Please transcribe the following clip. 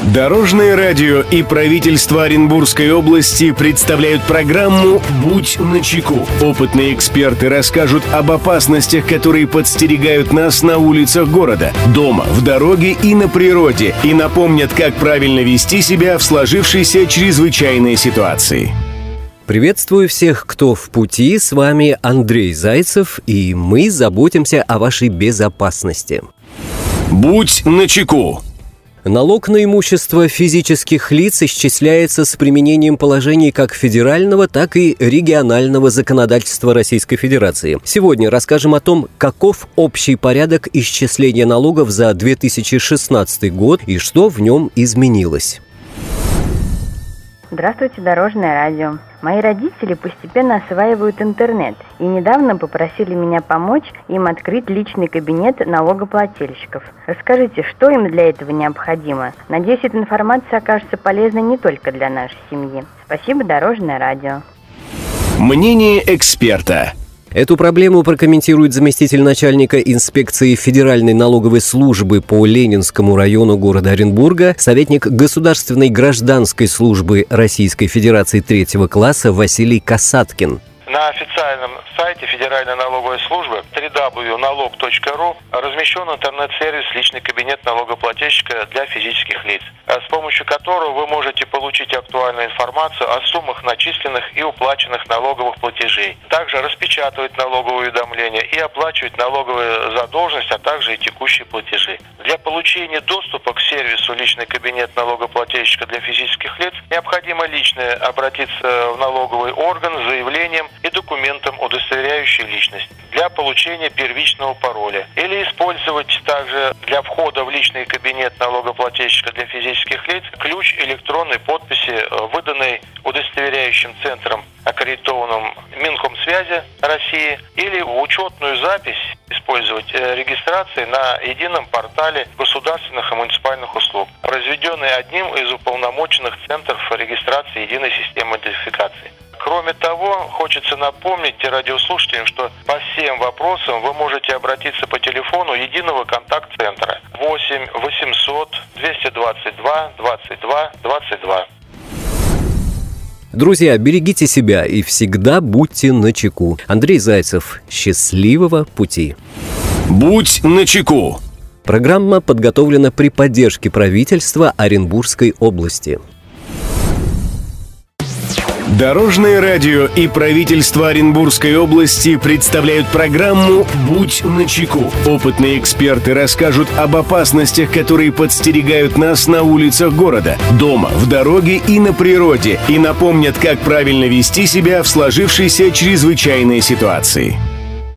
Дорожное радио и правительство Оренбургской области представляют программу «Будь начеку». Опытные эксперты расскажут об опасностях, которые подстерегают нас на улицах города, дома, в дороге и на природе, и напомнят, как правильно вести себя в сложившейся чрезвычайной ситуации. Приветствую всех, кто в пути. С вами Андрей Зайцев, и мы заботимся о вашей безопасности. Будь начеку. Налог на имущество физических лиц исчисляется с применением положений как федерального, так и регионального законодательства Российской Федерации. Сегодня расскажем о том, каков общий порядок исчисления налогов за 2016 год и что в нем изменилось. Здравствуйте, Дорожное радио. Мои родители постепенно осваивают интернет и недавно попросили меня помочь им открыть личный кабинет налогоплательщиков. Расскажите, что им для этого необходимо? Надеюсь, эта информация окажется полезной не только для нашей семьи. Спасибо, Дорожное радио. Мнение эксперта. Эту проблему прокомментирует заместитель начальника инспекции Федеральной налоговой службы по Ленинскому району города Оренбурга, советник Государственной гражданской службы Российской Федерации 3 класса Василий Касаткин. На официальном сайте Федеральной налоговой службы www.nalog.ru размещен интернет-сервис «Личный кабинет налогоплательщика» для физических лиц, с помощью которого вы можете получить актуальную информацию о суммах начисленных и уплаченных налоговых платежей, также распечатывать налоговые уведомления и оплачивать налоговые задолженности, а также и текущие платежи. Для получения доступа к сервису «Личный кабинет налогоплательщика» для физических лиц необходимо лично обратиться в налоговый орган с заявлением и документом, удостоверяющим личность, для получения первичного пароля, или использовать также для входа в личный кабинет налогоплательщика для физических лиц ключ электронной подписи, выданный удостоверяющим центром, аккредитованным Минкомсвязи России, или учетную запись использовать регистрации на едином портале государственных и муниципальных услуг, произведенной одним из уполномоченных центров регистрации единой системы идентификации. Кроме того, хочется напомнить радиослушателям, что по всем вопросам вы можете обратиться по телефону единого контакт-центра 8 800 222 22 22. Друзья, берегите себя и всегда будьте начеку. Андрей Зайцев. Счастливого пути. Будь начеку. Программа подготовлена при поддержке правительства Оренбургской области. Дорожное радио и правительство Оренбургской области представляют программу «Будь начеку». Опытные эксперты расскажут об опасностях, которые подстерегают нас на улицах города, дома, в дороге и на природе, и напомнят, как правильно вести себя в сложившейся чрезвычайной ситуации.